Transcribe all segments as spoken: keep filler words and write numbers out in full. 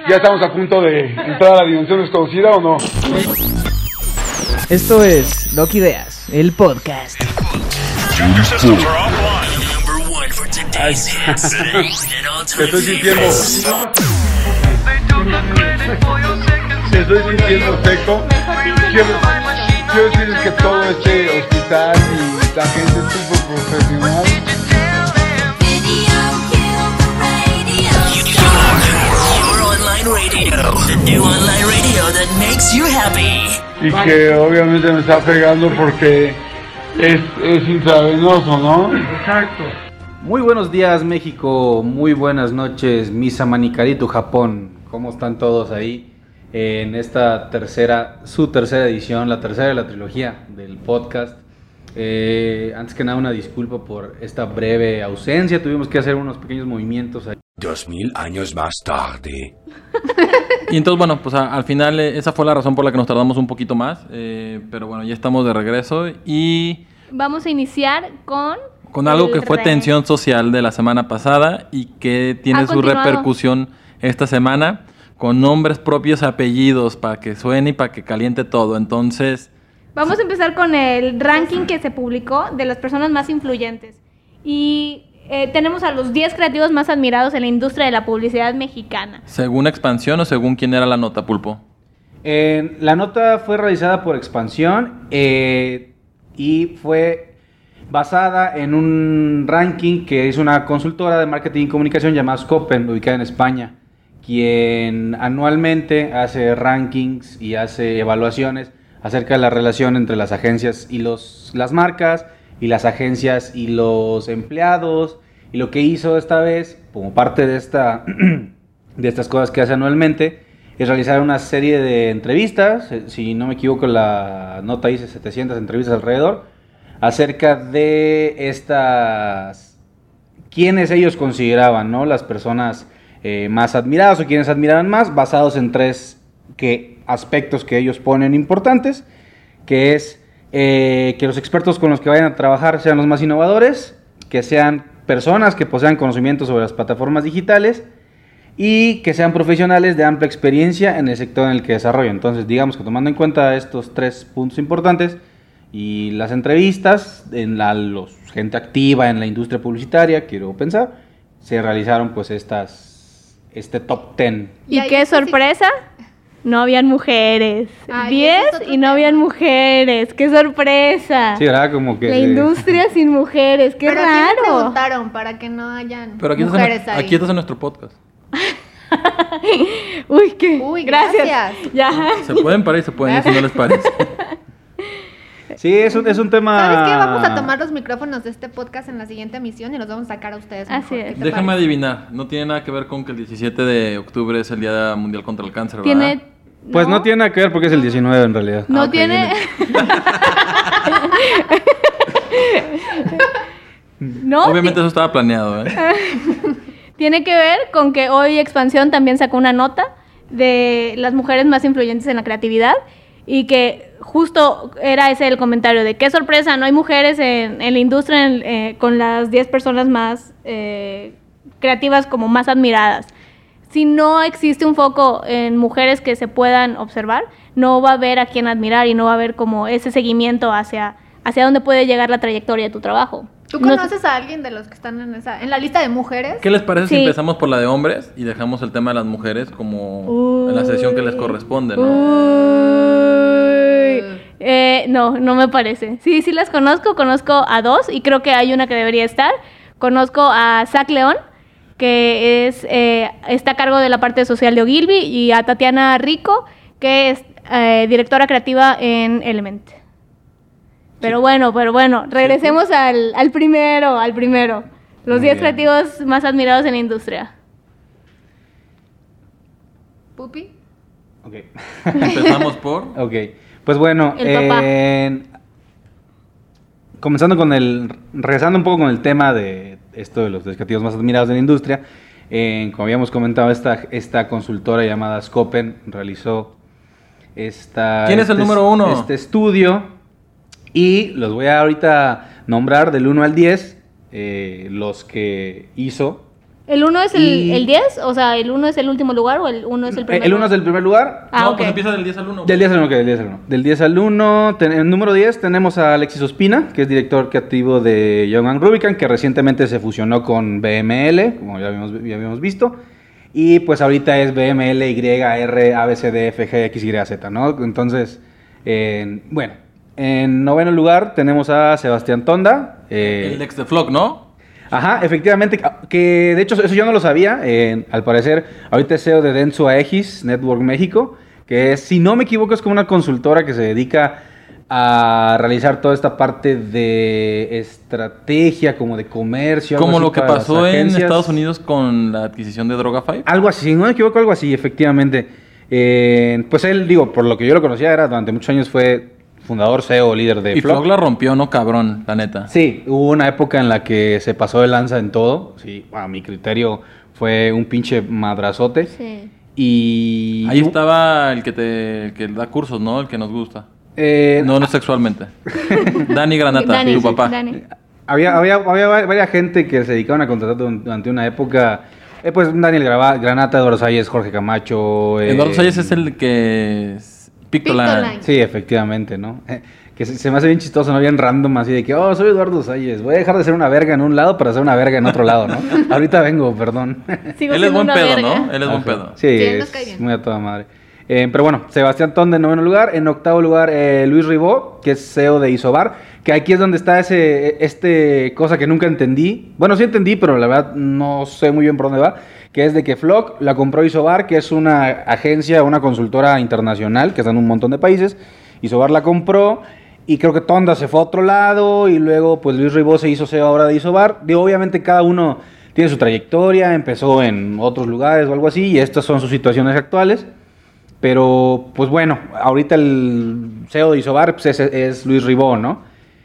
¿Ya estamos a punto de entrar a la dimensión desconocida o no? Esto es Loki Ideas, el podcast. Ay, te estoy sintiendo. Te estoy sintiendo seco. Quiero, quiero decirles que todo este hospital y la gente es súper profesional. Radio, the new online radio that makes you happy. Y que obviamente me está pegando porque es, es intravenoso, ¿no? Exacto. Muy buenos días, México. Muy buenas noches, Misa Manicaritu, Japón. ¿Cómo están todos ahí? En esta tercera, su tercera edición, la tercera de la trilogía del podcast. Eh, antes que nada, una disculpa por esta breve ausencia. Tuvimos que hacer unos pequeños movimientos ahí. Dos mil años más tarde. Y entonces, bueno, pues a, al final eh, esa fue la razón por la que nos tardamos un poquito más. Eh, pero bueno, ya estamos de regreso y... Vamos a iniciar con... Con algo que fue re... tensión social de la semana pasada y que tiene su repercusión esta semana con nombres propios, apellidos, para que suene y para que caliente todo. Entonces... Vamos a empezar con el ranking que se publicó de las personas más influyentes. Y... Eh, tenemos a los diez creativos más admirados en la industria de la publicidad mexicana. ¿Según Expansión o según quién era la nota, Pulpo? Eh, la nota fue realizada por Expansión eh, y fue basada en un ranking que es una consultora de marketing y comunicación llamada Scopen, ubicada en España, quien anualmente hace rankings y hace evaluaciones acerca de la relación entre las agencias y los, las marcas, y las agencias y los empleados. Y lo que hizo esta vez, como parte de esta de estas cosas que hace anualmente, es realizar una serie de entrevistas, si no me equivoco la nota dice setecientas entrevistas alrededor, acerca de estas, quienes ellos consideraban, ¿no?, las personas eh, más admiradas o quienes admiraban más, basados en tres que, aspectos que ellos ponen importantes, que es Eh, que los expertos con los que vayan a trabajar sean los más innovadores, que sean personas que posean conocimientos sobre las plataformas digitales y que sean profesionales de amplia experiencia en el sector en el que desarrollan. Entonces, digamos que tomando en cuenta estos tres puntos importantes y las entrevistas en la los, gente activa en la industria publicitaria, quiero pensar, se realizaron pues estas este top ten. ¿Y, ¿Y qué sorpresa? No habían mujeres. Ay, diez y no habían mujeres. ¡Qué sorpresa! Sí, ¿verdad? Como que... La industria sin mujeres. ¡Qué Pero raro! ¿Pero preguntaron para que no hayan Pero aquí mujeres estás en, ahí? aquí estás en nuestro podcast. Uy, qué... Uy, gracias. gracias. Ya. Se pueden parar y se pueden ir si no les parece. Sí, es un, es un tema... ¿Sabes qué? Vamos a tomar los micrófonos de este podcast en la siguiente emisión y los vamos a sacar a ustedes. Así mejor. es. ¿Qué te Déjame parece? adivinar. No tiene nada que ver con que el diecisiete de octubre es el Día Mundial contra el Cáncer, ¿verdad? Tiene... Pues no, no tiene nada que ver porque es el diecinueve en realidad. No Ah, okay, tiene... no, Obviamente ti... eso estaba planeado, ¿eh? Tiene que ver con que hoy Expansión también sacó una nota de las mujeres más influyentes en la creatividad y que justo era ese el comentario de qué sorpresa, no hay mujeres en, en la industria en, eh, con las diez personas más eh, creativas como más admiradas. Si no existe un foco en mujeres que se puedan observar, no va a haber a quién admirar y no va a haber como ese seguimiento hacia, hacia dónde puede llegar la trayectoria de tu trabajo. ¿Tú No- conoces a alguien de los que están en esa en la lista de mujeres? ¿Qué les parece Sí. si empezamos por la de hombres y dejamos el tema de las mujeres como en la sesión que les corresponde, ¿no? Uy. Eh, no, no me parece. Sí, sí las conozco, conozco a dos y creo que hay una que debería estar. Conozco a Zach León, que es eh, está a cargo de la parte social de Ogilvy, y a Tatiana Rico, que es eh, directora creativa en Element. Pero sí. bueno, pero bueno, regresemos sí. al, al primero, al primero. Los diez creativos más admirados en la industria. ¿Pupi? Ok. Empezamos por... Ok, pues bueno, El papá. eh, comenzando con el, regresando un poco con el tema de esto de los creativos más admirados de la industria, eh, como habíamos comentado, esta, esta consultora llamada Scopen realizó esta... ¿Quién es el este, número uno? Este estudio, y los voy a ahorita nombrar del uno al diez, eh, los que hizo ¿El uno es el, Y- el diez? O sea, ¿el uno es el último lugar o el uno es el primer El uno es lugar? del primer lugar. Ah, no, ok. pues empieza del diez al uno. Del diez al uno, ok, del diez al uno. Del diez al uno, ten- en el número diez tenemos a Alexis Ospina, que es director creativo de Young and Rubicam, que recientemente se fusionó con B M L, como ya habíamos, ya habíamos visto. Y pues ahorita es B M L, Y, R, A, B, C, D, F, G, X, Y, Z, ¿no? Entonces, eh, bueno, en noveno lugar tenemos a Sebastián Tonda. eh, El ex de Flock, ¿no? Ajá, efectivamente, que de hecho eso yo no lo sabía, eh, al parecer ahorita es C E O de Dentsu Aegis Network México, que es, si no me equivoco, es como una consultora que se dedica a realizar toda esta parte de estrategia, como de comercio. algo Como así lo que para las pasó en agencias. Estados Unidos con la adquisición de Droga Five. Algo así, si no me equivoco, algo así, efectivamente. Eh, pues él, digo, por lo que yo lo conocía, era durante muchos años fue fundador, C E O, líder de Y Flock. Flock la rompió, ¿no? Cabrón, la neta. Sí, hubo una época en la que se pasó de lanza en todo. Sí, a mi criterio fue un pinche madrazote. Sí. Y. Ahí estaba el que te el que da cursos, ¿no? El que nos gusta. Eh, No, no sexualmente. Dani Granata, Dani, tu papá. Dani. había, había, había va- varias gente que se dedicaban a contratar durante durante una época. Eh, pues Daniel Grava- Granata, Eduardo Salles, Jorge Camacho. eh, Eduardo Salles es el que es Pictoline. Pictoline. Sí, efectivamente, ¿no? Que se, se me hace bien chistoso, ¿no? Bien random, así de que, oh, soy Eduardo Salles, voy a dejar de ser una verga en un lado para ser una verga en otro lado, ¿no? Ahorita vengo, perdón. Sigo Él es siendo buen una pedo, verga. ¿no? Él es buen Ajá. pedo. Sí, Sí, nos es cae bien. muy a toda madre. Eh, pero bueno, Sebastián Tonde en noveno lugar. En octavo lugar, eh, Luis Ribó, que es C E O de Isobar. Que aquí es donde está ese este cosa que nunca entendí. Bueno, sí entendí, pero la verdad no sé muy bien por dónde va. Que es de que Flock la compró Isobar, que es una agencia, una consultora internacional que está en un montón de países. Isobar la compró. Y creo que Tonda se fue a otro lado. Y luego, pues Luis Ribó se hizo C E O ahora de Isobar. Digo, obviamente cada uno tiene su trayectoria, empezó en otros lugares o algo así, y estas son sus situaciones actuales. Pero, pues bueno, ahorita el C E O de Isobar pues, es, es Luis Ribó, ¿no?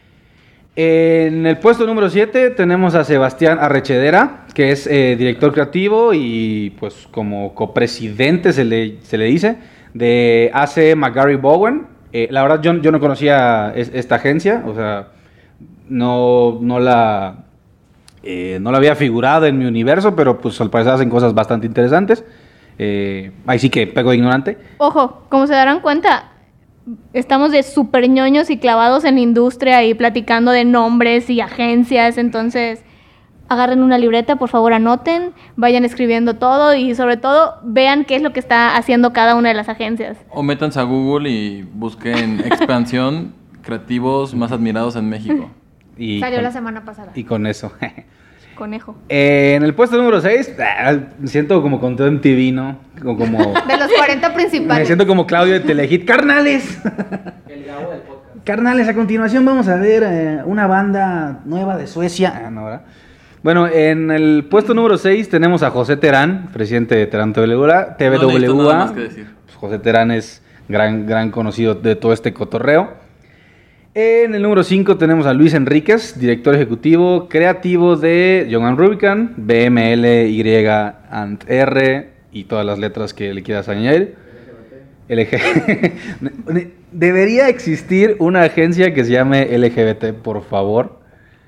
En el puesto número siete tenemos a Sebastián Arrechedera, que es eh, director creativo y pues como copresidente se le, se le dice, de A C McGarry Bowen. Eh, la verdad yo, yo no conocía es- esta agencia, o sea, no, no la... Eh, no la había figurado en mi universo, pero pues al parecer hacen cosas bastante interesantes. Eh, ahí sí que pego de ignorante. Ojo, como se darán cuenta, estamos de súper ñoños y clavados en industria y platicando de nombres y agencias, entonces agarren una libreta, por favor anoten, vayan escribiendo todo y sobre todo vean qué es lo que está haciendo cada una de las agencias. O métanse a Google y busquen expansión creativos más admirados en México. Y Salió con, la semana pasada. y con eso. Conejo. Eh, en el puesto número seis, me siento como con todo en T V, ¿no? Como, como De los cuarenta me principales. siento como Claudio de Telehit. ¡Carnales! Carnales, a continuación vamos a ver eh, una banda nueva de Suecia. Ah, no, ¿verdad? Bueno, en el puesto número seis tenemos a José Terán, presidente de Terán T V A. T V No necesito nada A. más que decir. Pues José Terán es gran, gran conocido de todo este cotorreo. En el número cinco tenemos a Luis Enríquez, director ejecutivo creativo de Young and Rubicam, B M L, Y, and R y todas las letras que le quieras añadir. L G. Debería existir una agencia que se llame L G B T, por favor.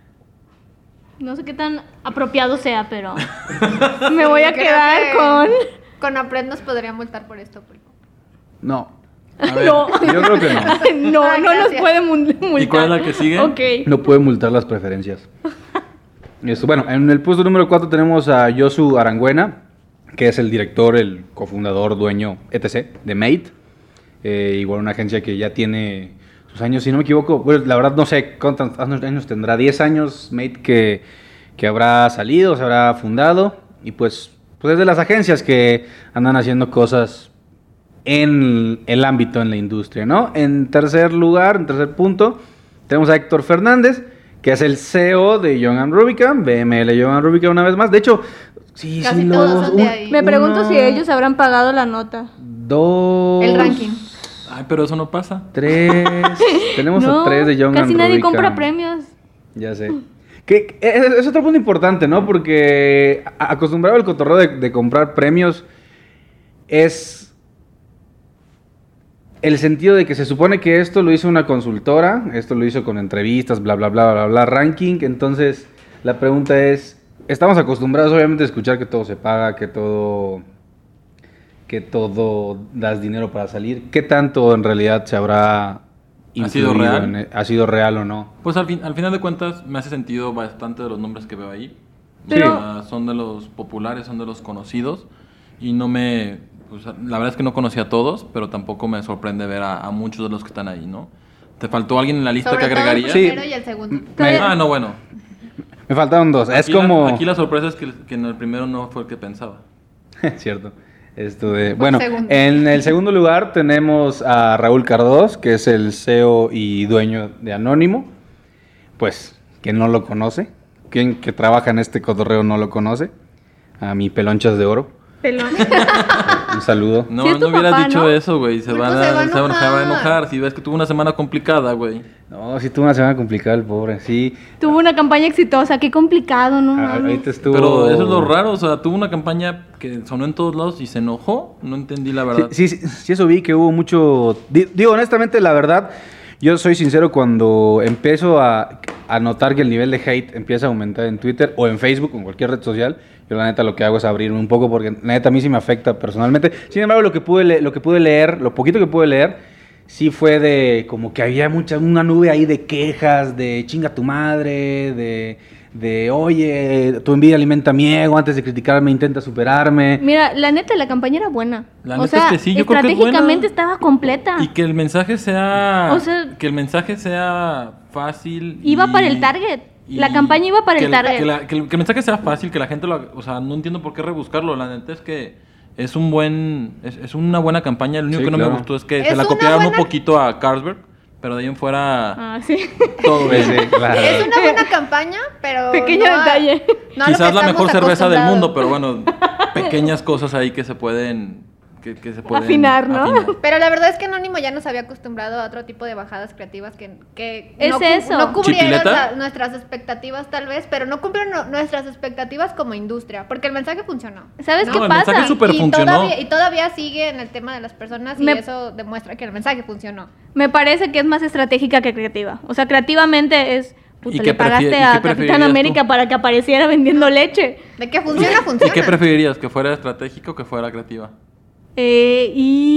No sé qué tan apropiado sea, pero me voy a Creo quedar que con... Con APRED nos podría multar por esto. Pulpo. No. A ver, No, Yo creo que no. no, Ay, no nos gracias. puede mul- multar. ¿Y cuál es la que sigue? Ok. No puede multar las preferencias. Esto, bueno, en el puesto número cuatro tenemos a Josu Arangüena, que es el director, el cofundador, dueño, etcétera, de Mate. Eh, igual una agencia que ya tiene sus años, si no me equivoco. Bueno, la verdad no sé cuántos años tendrá. diez años Mate que, que habrá salido, se habrá fundado. Y pues, pues es de las agencias que andan haciendo cosas en el ámbito, en la industria, ¿no? En tercer lugar, en tercer punto, tenemos a Héctor Fernández, que es el C E O de Young and Rubicam, B M L Young and Rubicam una vez más. De hecho, sí, Casi sí, todos los- son de un- ahí. Me pregunto uno, si ellos habrán pagado la nota. Dos... El ranking. Ay, pero eso no pasa. Tres... Tenemos No, a tres de Young casi and nadie Rubicam. compra premios. Ya sé. Que, que es, es otro punto importante, ¿no? Porque a- acostumbrado al cotorreo de, de comprar premios es el sentido de que se supone que esto lo hizo una consultora, esto lo hizo con entrevistas, bla, bla, bla, bla, bla, ranking. Entonces, la pregunta es, estamos acostumbrados obviamente a escuchar que todo se paga, que todo que todo das dinero para salir. ¿Qué tanto en realidad se habrá ¿Ha sido real? En, ¿Ha sido real o no? Pues al, fin, al final de cuentas me hace sentido bastante de los nombres que veo ahí. Pero... O sea, son de los populares, son de los conocidos y no me... Pues, la verdad es que no conocí a todos, pero tampoco me sorprende ver a, a muchos de los que están ahí, ¿no? ¿Te faltó alguien en la lista Sobre que todo agregarías? el primero y el segundo. Me- Ah, no, bueno. Me faltaron dos. Es Aquí como... La, aquí la sorpresa es que, que en el primero no fue el que pensaba. Cierto. Esto de... Bueno, segundo. en el segundo lugar tenemos a Raúl Cardós, que es el C E O y dueño de Anónimo. Pues, quien no lo conoce, quien que trabaja en este cotorreo no lo conoce. A mi pelonchas de oro. Pelón. Un saludo. No, Sí, es tu no hubieras papá, dicho ¿no? eso, güey. Se, Pues van no a, se va a se van- se va a enojar. enojar. Si ves que tuvo una semana complicada, güey. No, sí tuvo una semana complicada el pobre, sí. Tuvo una campaña exitosa, qué complicado, ¿no? Ah, mames. ahorita estuvo... Pero eso es lo raro, o sea, tuvo una campaña que sonó en todos lados y se enojó. No entendí la verdad. Sí, sí, sí, eso vi que hubo mucho... di- Digo, honestamente, la verdad, yo soy sincero cuando empiezo a, a notar que el nivel de hate empieza a aumentar en Twitter o en Facebook o en cualquier red social. Yo la neta lo que hago es abrirme un poco porque la neta a mí sí me afecta personalmente. Sin embargo, lo que pude, le- lo que pude leer, lo poquito que pude leer, sí fue de como que había mucha, una nube ahí de quejas, de chinga tu madre, de, de oye, tu envidia alimenta mi ego, antes de criticarme intenta superarme. Mira, la neta, la campaña era buena. La o neta sea, es que sí, yo creo que es estratégicamente buena. estaba completa. Y que el mensaje sea. O sea- que el mensaje sea fácil. Iba y- para el target. y La campaña iba para que el la- target. Que, la- que el, que el mensaje sea fácil, que la gente lo. O sea, no entiendo por qué rebuscarlo. La neta es que es un buen. Es, es una buena campaña. Lo único Sí, que no claro. me gustó es que Es se la una copiaron buena- un poquito a Carlsberg. Pero de ahí en fuera. Ah, sí. Todo Pues bien. sí, claro. Es una buena campaña, pero. Pequeño no a- detalle. no a lo Quizás que la estamos mejor cerveza del acostumbrados. mundo, pero bueno, pequeñas cosas ahí que se pueden. Que, que se pueden Afinar, ¿no? afinar. Pero la verdad es que Anónimo ya nos había acostumbrado a otro tipo de bajadas creativas que, que Es no, cu- eso. no cubrieron ¿Chipileta? la- nuestras expectativas tal vez, pero no cumplieron no- nuestras expectativas como industria, porque el mensaje funcionó. ¿Sabes No, qué el pasa? mensaje súper y, funcionó. todavía, y todavía sigue en el tema de las personas y Me- eso demuestra que el mensaje funcionó. Me parece que es más estratégica que creativa. O sea, creativamente es... Puta, ¿Y le qué pagaste prefier- y a qué Capitán preferirías América tú? para que apareciera vendiendo leche. De que funciona, funciona. ¿Y qué preferirías? ¿Que fuera estratégico o que fuera creativa? Eh,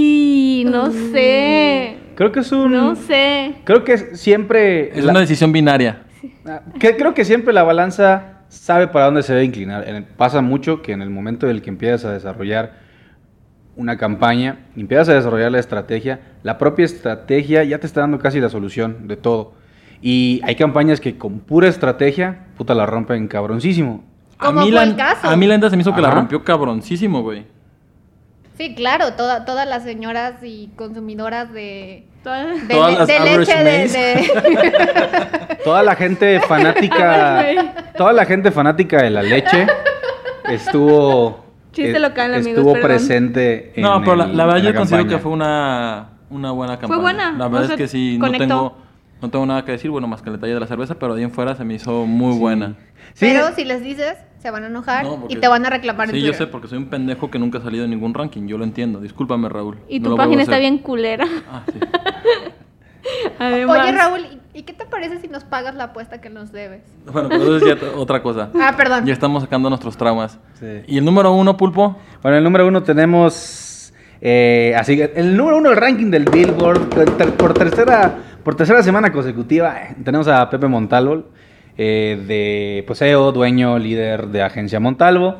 y no sé. Creo que es un... No sé. Creo que es siempre... Es la- una decisión binaria. Ah, que creo que siempre la balanza sabe para dónde se debe inclinar. En el- pasa mucho que en el momento en el que empiezas a desarrollar una campaña, empiezas a desarrollar la estrategia, la propia estrategia ya te está dando casi la solución de todo. Y hay campañas que con pura estrategia, puta, la rompen cabroncísimo. Como a mí fue la, el caso. A mí la neta se me hizo que la Ajá. rompió cabroncísimo, güey. Sí, claro, toda, todas las señoras y consumidoras de, Todas- de, Todas le- las de average leche de, maids. de- Toda la gente fanática, toda la gente fanática de la leche estuvo... Chiste eh, local, amigos, Estuvo perdón. presente en No, pero la, el- la verdad en yo considero campaña. que fue una, una buena campaña. buena, La o verdad sea, es que sí, no conectó. tengo, no tengo nada que decir, bueno, más que el detalle de la cerveza, pero de ahí en fuera se me hizo muy buena. Sí, Pero si les dices, se van a enojar No, porque- y te van a reclamar en Sí, yo Twitter. sé, porque soy un pendejo que nunca ha salido en ningún ranking, yo lo entiendo. Discúlpame, Raúl. Y no tu lo página vuelvo a está hacer. bien culera. Ah, sí. Además. Oye, Raúl, ¿y, y qué te parece si nos pagas la apuesta que nos debes? Bueno, pero eso es ya t- otra cosa. Ah, perdón. Ya estamos sacando nuestros traumas. Sí. ¿Y el número uno, Pulpo? Bueno, el número uno tenemos... eh, así que el número uno del ranking del Billboard por, ter- por tercera por tercera semana consecutiva eh, tenemos a Pepe Montalvo, eh, de pues, C E O, dueño, líder de agencia Montalvo,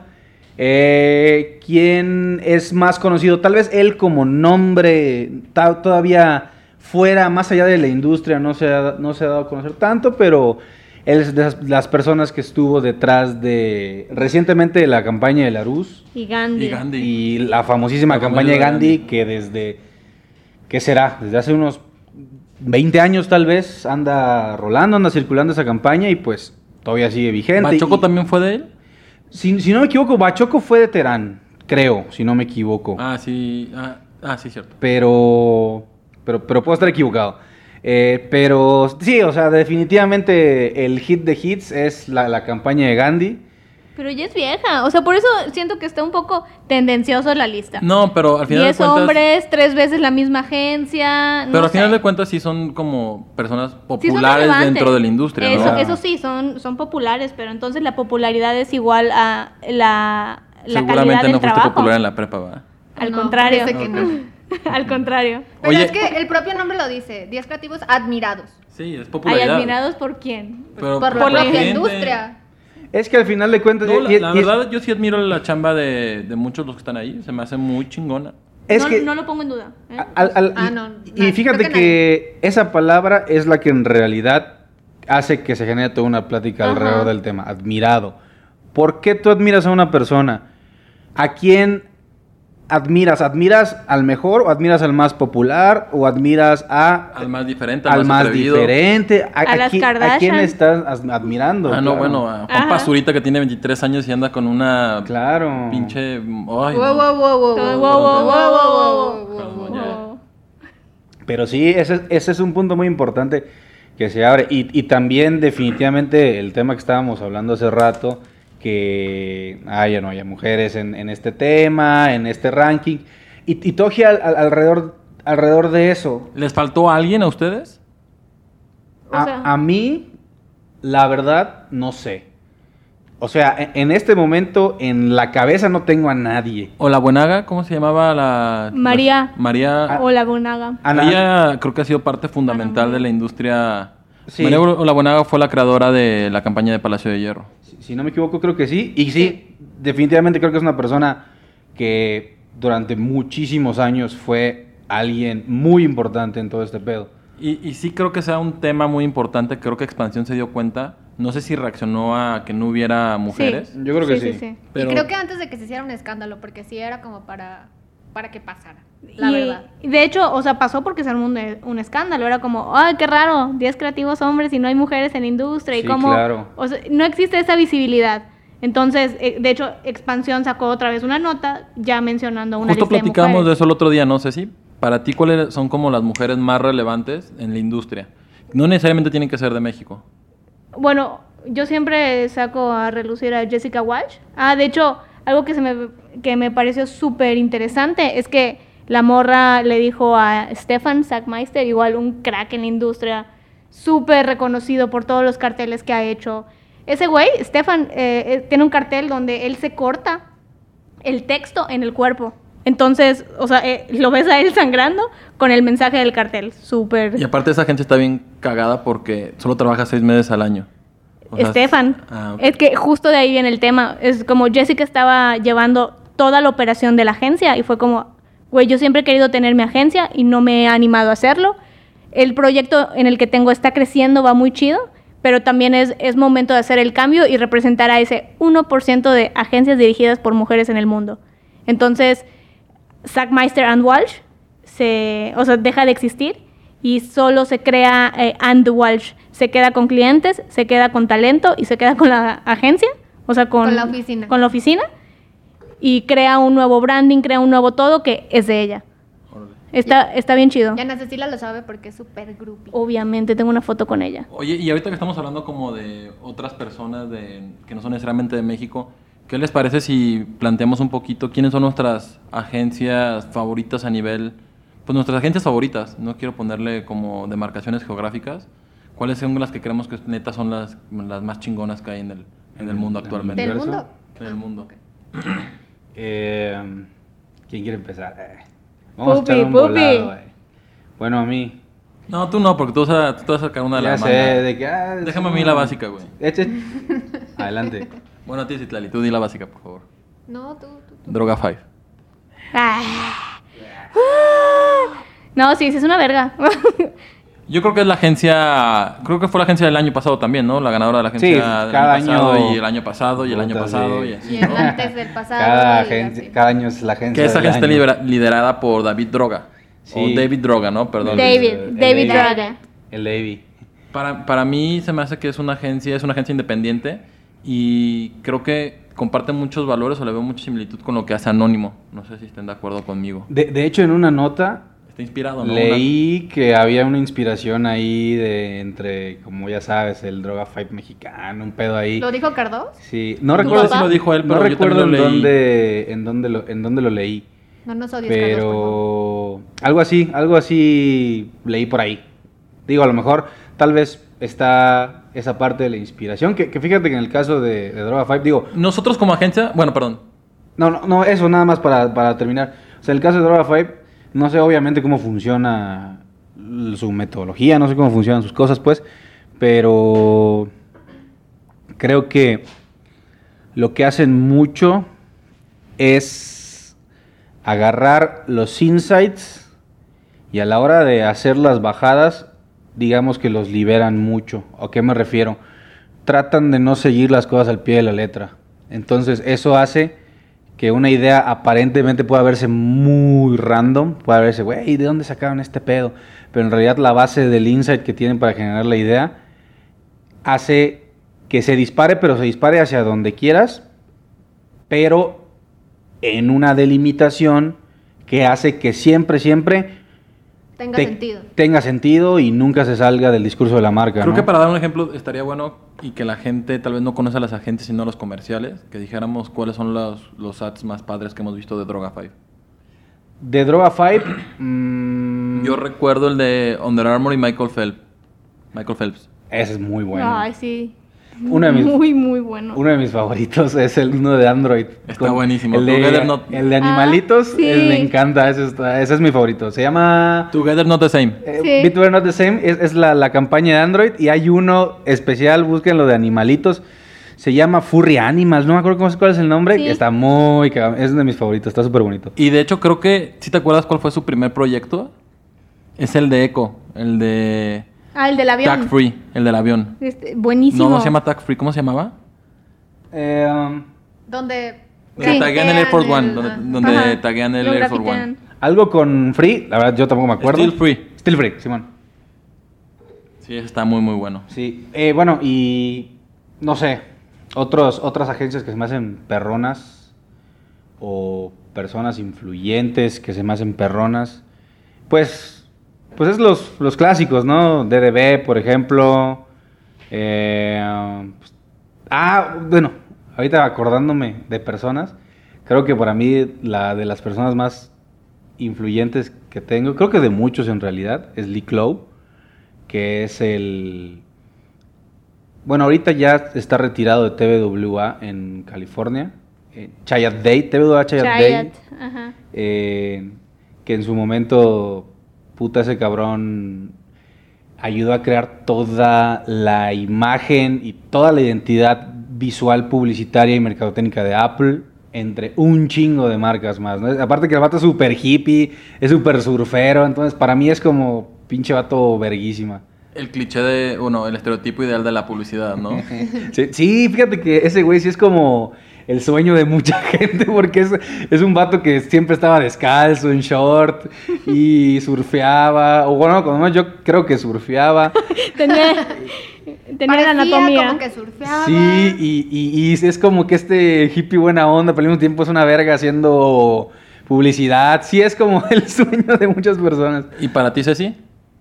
eh, quien es más conocido, tal vez él como nombre ta- todavía fuera, más allá de la industria, no se ha, no se ha dado a conocer tanto, pero él es de las, las personas que estuvo detrás de recientemente la campaña de Larus. Y Gandhi. Y Gandhi. Y la famosísima La campaña de famosa de Gandhi, Gandhi. que desde, ¿qué será? Desde hace unos veinte años tal vez anda rolando, anda circulando esa campaña y pues todavía sigue vigente. ¿Bachoco Y- también fue de él? Si, si no me equivoco, Bachoco fue de Terán, creo, si no me equivoco. Ah, sí. Ah, ah, sí, cierto. Pero, pero, pero puedo estar equivocado. Eh, pero sí, o sea, definitivamente el hit de hits es la, la campaña de Gandhi. Pero ella es vieja, o sea, por eso siento que está un poco tendencioso la lista. No, pero al final Diez de cuentas... hombres, tres veces la misma agencia. Pero no al final sé. de cuentas sí son como personas Sí son populares relevantes. dentro de la industria, Eso, ¿no? eso sí, son, son populares, pero entonces la popularidad es igual a la, la calidad Seguramente del no fuiste trabajo. popular en la prepa, ¿va? Al No, contrario. parece que no. Al contrario. Pero Oye- es que el propio nombre lo dice, diez creativos admirados. Sí, es ¿Hay popularidad. admirados por quién? Pero por la por la propia gente. industria. Es que al final de cuentas... No, la, y- la y es- verdad, yo sí admiro la chamba de, de muchos de los que están ahí. Se me hace muy chingona. es no, que... no lo pongo en duda. ¿eh? Al- al- Ah, y- no, y, nadie, fíjate creo que, que esa palabra es la que en realidad hace que se genere toda una plática Ajá. alrededor del tema. Admirado. ¿Por qué tú admiras a una persona? ¿A quién admiras? ¿Admiras al mejor o admiras al más popular o admiras a, Al más diferente, al más atrevido. diferente? ¿A, A las qui- ¿A quién Kardashian. estás as- admirando? Ah, no, Claro. bueno, a Juan Ajá. Pazurita que tiene veintitrés años y anda con una Claro. pinche... Ay, Wow, no. wow, wow, wow, Todo- wow, wow, wow, wow, wow, wow, Perdón, wow, ya. wow. Pero sí, ese, es- ese es un punto muy importante que se abre. Y, y también definitivamente el tema que estábamos hablando hace rato, que haya no haya mujeres en, en este tema, en este ranking. Y, y todo gira al- al- alrededor, alrededor de eso. ¿Les faltó alguien a ustedes? O A, sea- a mí, la verdad, no sé. O sea, en, en este momento, en la cabeza no tengo a nadie. ¿O la Buenaga? ¿Cómo se llamaba la...? María. la- María... O la Bonaga. Ana- Ella creo que ha sido parte fundamental de la industria. Sí. María Olabuenaga fue la creadora de la campaña de Palacio de Hierro. Si, si no me equivoco, creo que sí. Y sí, definitivamente creo que es una persona que durante muchísimos años fue alguien muy importante en todo este pedo. Y, y sí creo que sea un tema muy importante. Creo que Expansión se dio cuenta. No sé si reaccionó a que no hubiera mujeres. Yo creo que sí. Pero Y creo que antes de que se hiciera un escándalo, porque sí era como para, para que pasara, la y, verdad. y de hecho, o sea, pasó porque se armó un, un escándalo. Era como, ay, qué raro, diez creativos hombres y no hay mujeres en la industria. Y Sí, como, claro. o sea, no existe esa visibilidad. Entonces, eh, de hecho, Expansión sacó otra vez una nota ya mencionando una justo lista de platicábamos de mujeres. eso el otro día, no sé si. Para ti, ¿cuáles son como las mujeres más relevantes en la industria? No necesariamente tienen que ser de México. Bueno, yo siempre saco a relucir a Jessica Walsh. Ah, de hecho, algo que, se me, que me pareció súper interesante es que la morra le dijo a Stefan Sackmeister, igual un crack en la industria, súper reconocido por todos los carteles que ha hecho. Ese güey, Stefan, eh, eh, tiene un cartel donde él se corta el texto en el cuerpo. Entonces, o sea, eh, lo ves a él sangrando con el mensaje del cartel. Súper... Y aparte esa gente está bien cagada porque solo trabaja seis meses al año. O sea, Estefan. ah, ok. Es que justo de ahí viene el tema. Es como Jessica estaba llevando toda la operación de la agencia y fue como, güey, yo siempre he querido tener mi agencia y no me he animado a hacerlo. El proyecto en el que tengo está creciendo, va muy chido, pero también es, es momento de hacer el cambio y representar a ese uno por ciento de agencias dirigidas por mujeres en el mundo. Entonces, Sackmeister and Walsh se, o sea, deja de existir y solo se crea eh, And Walsh. Se queda con clientes, se queda con talento y se queda con la agencia, o sea, con, Con la oficina. con la oficina y crea un nuevo branding, crea un nuevo todo que es de ella. Órale. Está, está bien chido. Ya Cecilia lo sabe porque es súper groupie. Obviamente tengo una foto con ella. Oye, y ahorita que estamos hablando como de otras personas de, que no son necesariamente de México, ¿qué les parece si planteamos un poquito quiénes son nuestras agencias favoritas a nivel, pues nuestras agencias favoritas? No quiero ponerle como demarcaciones geográficas. ¿Cuáles son las que creemos que neta son las, las más chingonas que hay en el, en el mundo actualmente? ¿Del universo? mundo? En el mundo. Eh, ¿Quién quiere empezar? Eh, vamos Pupi, a echar un Pupi. volado, eh. Bueno, a mí. No, tú no, porque tú, vas a, tú te vas a sacar una de Ya la sé, manga. de que... ah, Déjame a sí, mí la no. básica, güey. Eche- Adelante. Bueno, a ti, Citlali, tú di la básica, por favor. No, tú, tú, tú. Droga five. Ah. No, sí, sí es una verga. Yo creo que es la agencia, creo que fue la agencia del año pasado también, ¿no? La ganadora de la agencia Sí, del cada año pasado año- y el año pasado y el año Puta, pasado sí. y así, Y el ¿no? antes del pasado. Cada, y agencia, así. cada año es la agencia Que esa del agencia está año. libera- liderada por David Droga. Sí. O David Droga, ¿no? Perdón. David, el- David el- Draga. El Davey. Para, para mí se me hace que es una agencia, es una agencia independiente y creo que comparte muchos valores o le veo mucha similitud con lo que hace Anónimo. No sé si estén de acuerdo conmigo. De, de hecho, en una nota, Está inspirado, ¿no? Leí que había una inspiración ahí de entre, como ya sabes, el Droga Fight mexicano, un pedo ahí. ¿Lo dijo Cardós? Sí, no No recuerdo sé si lo dijo él, pero no yo recuerdo en también lo leí. dónde, en dónde lo, en dónde lo leí. No nos odies, Carlos, por favor. Pero algo así, algo así leí por ahí. Digo, a lo mejor tal vez está esa parte de la inspiración, que, que fíjate que en el caso de, de Droga Five, digo, Nosotros como agencia, bueno, perdón. no, no, no, eso nada más para, para terminar. O sea, el caso de Droga Five, no sé obviamente cómo funciona su metodología, no sé cómo funcionan sus cosas, pues, pero creo que lo que hacen mucho es agarrar los insights y a la hora de hacer las bajadas, digamos que los liberan mucho. ¿A qué me refiero? Tratan de no seguir las cosas al pie de la letra. Entonces eso hace que una idea aparentemente pueda verse muy random, pueda verse, güey, ¿de dónde sacaron este pedo? Pero en realidad la base del insight que tienen para generar la idea hace que se dispare, pero se dispare hacia donde quieras, pero en una delimitación que hace que siempre, siempre Tenga te- sentido. tenga sentido y nunca se salga del discurso de la marca. Creo ¿no? que para dar un ejemplo estaría bueno y que la gente tal vez no conoce a las agentes sino a los comerciales, que dijéramos cuáles son los, los ads más padres que hemos visto de Droga Five. De Droga Five, mm, Yo recuerdo el de Under Armour y Michael Phelps. Michael Phelps. ese es muy bueno. Ay, sí. Uno de mis- Muy, muy bueno. Uno de mis favoritos es el uno de Android. Está buenísimo. El de, Together Not- el de animalitos, Ah, sí. el- me encanta, ese, está- ese es mi favorito. Se llama Together Not the Same. eh, Sí. Beat We're Not the Same, es, es la, la campaña de Android y hay uno especial, busquen lo de animalitos. Se llama Furry Animals, no me acuerdo cómo es, cuál es el nombre. Sí. Está muy cabrón, es uno de mis favoritos, está súper bonito. Y de hecho creo que, si te acuerdas cuál fue su primer proyecto, es el de Echo, el de Ah, el del avión. Tag Free, el del avión. Este, buenísimo. No, no se llama Tag Free, ¿cómo se llamaba? Eh, um, Donde... Que Sí. taguean el Air Force One, donde, ah. donde Ajá. taguean el Lo Air Force One. grafitean. algo con Free, la verdad yo tampoco me acuerdo. Still Free. Still Free, Simón. Sí, ese está muy muy bueno. Sí, eh, bueno, y no sé, otros, otras agencias que se me hacen perronas o personas influyentes que se me hacen perronas, pues, pues es los, los clásicos, ¿no? D D B, por ejemplo. eh, pues, ah, bueno, ahorita acordándome de personas, creo que para mí la de las personas más influyentes que tengo, creo que de muchos en realidad, es Lee Clow, que es el... Bueno, ahorita ya está retirado de T V W A en California. Eh, Chayat Day, T V W A Chayat, Day. Chayat, ajá. eh, que en su momento, puta, ese cabrón ayudó a crear toda la imagen y toda la identidad visual, publicitaria y mercadotécnica de Apple, entre un chingo de marcas más, ¿no? Aparte que el vato es súper hippie, es súper surfero, entonces para mí es como pinche vato verguísima. El cliché de, bueno, el estereotipo ideal de la publicidad, ¿no? Sí, sí, fíjate que ese güey sí es como el sueño de mucha gente, porque es, es un vato que siempre estaba descalzo, en short, y surfeaba, o bueno, cuando más yo creo que surfeaba. Tenía, tenía la Parecía anatomía. como que surfeaba. Sí, y, y, y es como que este hippie buena onda, pero al mismo tiempo es una verga haciendo publicidad. Sí, es como el sueño de muchas personas. ¿Y para ti, Ceci?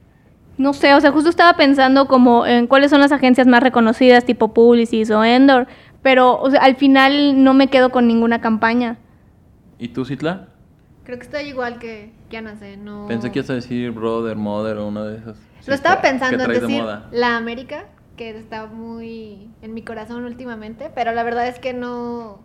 No sé, o sea, justo estaba pensando como en cuáles son las agencias más reconocidas, tipo Publicis o Endor, pero o sea, al final no me quedo con ninguna campaña. ¿Y tú, Citla? Creo que estoy igual que, que Ana C. No... Pensé que ibas a decir Brother, Mother o una de esas. Lo estaba pensando ¿Qué en traes de decir moda? la América, que está muy en mi corazón últimamente, pero la verdad es que no...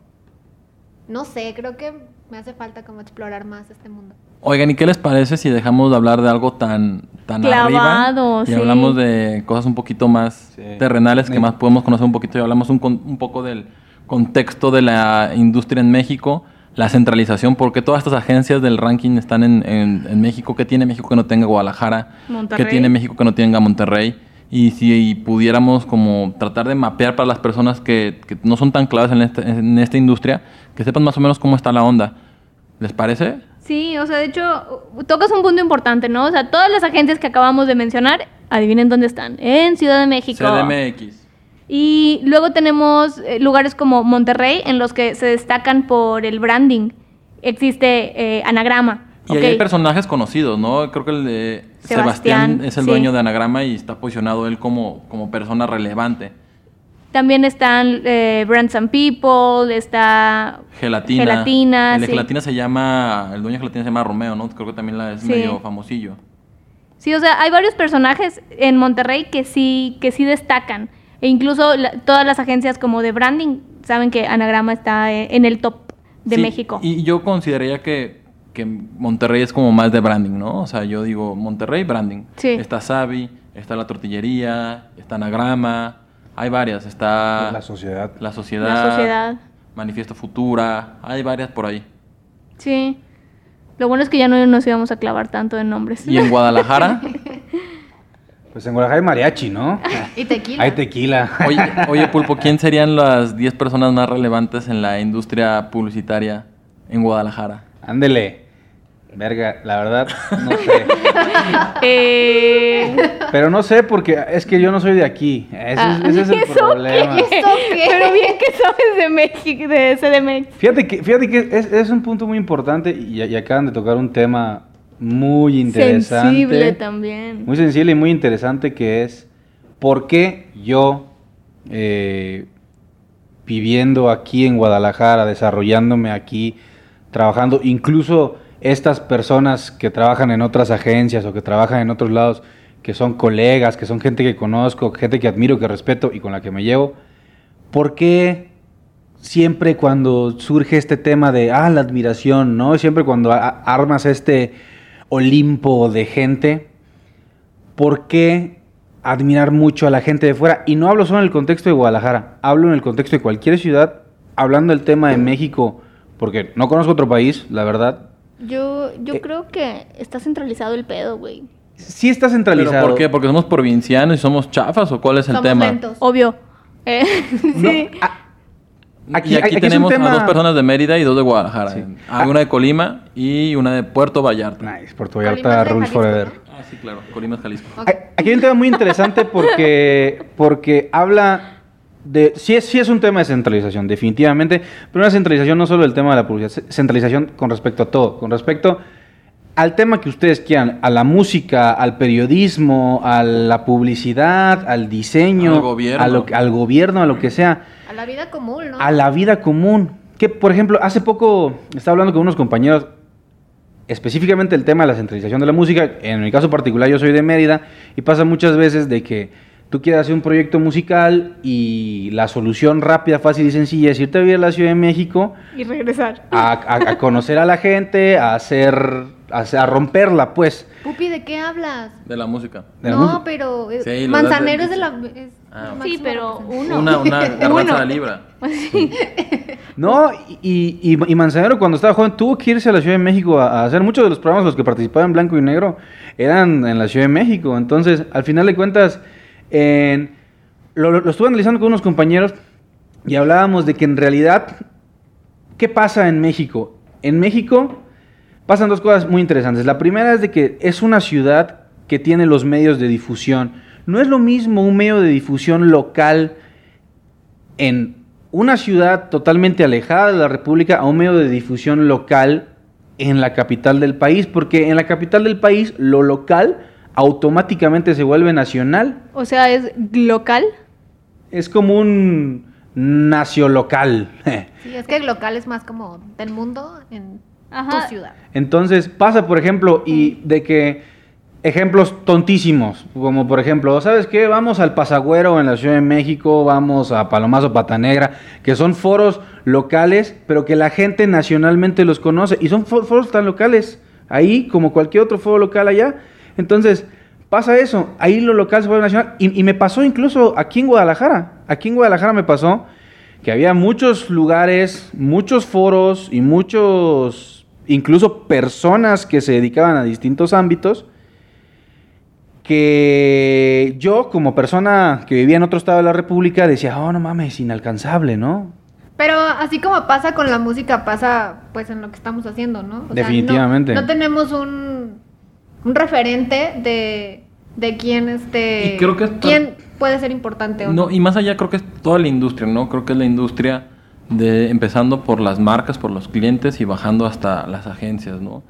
No sé, creo que me hace falta como explorar más este mundo. Oigan, ¿y qué les parece si dejamos de hablar de algo tan, tan Clavado, arriba y sí. hablamos de cosas un poquito más Sí. terrenales, que Sí. más podemos conocer un poquito y hablamos un, con- un poco del contexto de la industria en México, la centralización, porque todas estas agencias del ranking están en, en- en México? ¿Qué tiene México que no tenga Guadalajara? Monterrey. ¿Qué tiene México que no tenga Monterrey? Y si pudiéramos como tratar de mapear para las personas que, que no son tan claves en esta, en esta industria, que sepan más o menos cómo está la onda. ¿Les parece? Sí, o sea, de hecho, tocas un punto importante, ¿no? O sea, todas las agencias que acabamos de mencionar, adivinen dónde están, en Ciudad de México. C D M X. Y luego tenemos eh, lugares como Monterrey, en los que se destacan por el branding. Existe eh, Anagrama, Y ahí Ok. hay personajes conocidos, ¿no? Creo que el de Sebastián, Sebastián, es el sí. dueño de Anagrama y está posicionado él como, como persona relevante. También están eh, Brands and People, está Gelatina. Gelatina, El de sí. Gelatina se llama, el dueño de Gelatina se llama Romeo, ¿no? Creo que también la es Sí. medio famosillo. Sí, o sea, hay varios personajes en Monterrey que sí, que sí destacan. E incluso la- todas las agencias como de branding saben que Anagrama está eh, en el top de Sí, México. Y yo consideraría que, que Monterrey es como más de branding, ¿no? O sea, yo digo Monterrey, branding. Sí. Está Savi, está La Tortillería, está Anagrama, hay varias. Está La sociedad. La Sociedad, La Sociedad. Manifiesto Futura, hay varias por ahí. Sí. Lo bueno es que ya no nos íbamos a clavar tanto en nombres. Y en Guadalajara, Pues en Guadalajara hay mariachi, ¿no? Y tequila. Hay tequila. oye, oye Pulpo, ¿quién serían las diez personas más relevantes en la industria publicitaria en Guadalajara? Ándele. Verga, la verdad, no sé. Eh, Pero no sé porque es que yo no soy de aquí. Ese, ah, es, ese es el ¿eso problema. qué? ¿Eso qué? Pero bien que sabes de México, de C D M X. Fíjate que, fíjate que es, es un punto muy importante y, y acaban de tocar un tema muy interesante. Sensible también. Muy sensible y muy interesante que es por qué yo, eh, viviendo aquí en Guadalajara, desarrollándome aquí, trabajando, incluso estas personas que trabajan en otras agencias o que trabajan en otros lados, que son colegas, que son gente que conozco, gente que admiro, que respeto y con la que me llevo, ¿por qué siempre cuando surge este tema de, ah, la admiración, ¿no? Siempre cuando a- armas este Olimpo de gente, ¿por qué admirar mucho a la gente de fuera? Y no hablo solo en el contexto de Guadalajara, hablo en el contexto de cualquier ciudad, hablando del tema de México, porque no conozco otro país, la verdad. Yo, yo Eh. creo que está centralizado el pedo, güey. Sí está centralizado. ¿Pero por qué? ¿Porque somos provincianos y somos chafas o cuál es el Somos tema? lentos. Obvio. Eh, No, sí. a- Aquí, y aquí, aquí es un tenemos tema- a dos personas de Mérida y dos de Guadalajara. Sí. Hay Ah. una de Colima y una de Puerto Vallarta. Nice, Puerto Colima Vallarta, es de Rules Jalisco, Forever. ¿no? Ah, sí, claro. Colima es Jalisco. Ok. Ay, Aquí hay un tema muy interesante porque, porque habla de... Sí es, sí es un tema de centralización, definitivamente, pero una centralización no solo del tema de la publicidad, ce- centralización con respecto a todo, con respecto al tema que ustedes quieran, a la música, al periodismo, a la publicidad, al diseño, Al gobierno. a lo, al gobierno, a lo que sea, A la vida común, ¿no? a la vida común. Que, por ejemplo, hace poco estaba hablando con unos compañeros específicamente el tema de la centralización de la música. En mi caso particular, yo soy de Mérida y pasa muchas veces de que tú quieres hacer un proyecto musical y la solución rápida, fácil y sencilla es irte a vivir a la Ciudad de México Y regresar. a, a- a conocer a la gente, a hacer, a, hacer- a romperla, pues. Pupi, ¿de qué hablas? De la música. De la No, música. pero eh, Sí, lo Manzanero das es de- de la... es Ah, el ok. Sí, máximo pero representante. uno. Una, una garbanza Uno. de libra. No, y, y, y Manzanero cuando estaba joven tuvo que irse a la Ciudad de México a, a hacer muchos de los programas en los que participaba en Blanco y Negro eran en la Ciudad de México. Entonces, al final de cuentas, en- lo, lo- lo estuve analizando con unos compañeros y hablábamos de que en realidad, ¿qué pasa en México? En México pasan dos cosas muy interesantes. La primera es de que es una ciudad que tiene los medios de difusión. No es lo mismo un medio de difusión local en una ciudad totalmente alejada de la República a un medio de difusión local en la capital del país, porque en la capital del país lo local automáticamente se vuelve nacional. O sea, es local. Es como un naciolocal. Sí, es que el local es más como del mundo en Ajá. tu ciudad. Entonces pasa, por ejemplo, y de que ejemplos tontísimos, como por ejemplo, ¿sabes qué? Vamos al Pasagüero en la Ciudad de México, vamos a Palomazo, Pata Negra, que son foros locales, pero que la gente nacionalmente los conoce, y son fo- foros tan locales, ahí como cualquier otro foro local allá. Entonces, pasa eso, ahí lo local se vuelve nacional, y, y me pasó incluso aquí en Guadalajara, aquí en Guadalajara me pasó que había muchos lugares, muchos foros y muchos, incluso personas que se dedicaban a distintos ámbitos, que yo como persona que vivía en otro estado de la República decía, oh, no mames, inalcanzable, ¿no? Pero así como pasa con la música, pasa pues en lo que estamos haciendo, ¿no? O sea, Definitivamente. no, no tenemos un, un referente de, de quién este... Y creo que esto- quién puede ser importante o no. No, y más allá creo que es toda la industria, ¿no? Creo que es la industria de empezando por las marcas, por los clientes y bajando hasta las agencias, ¿no?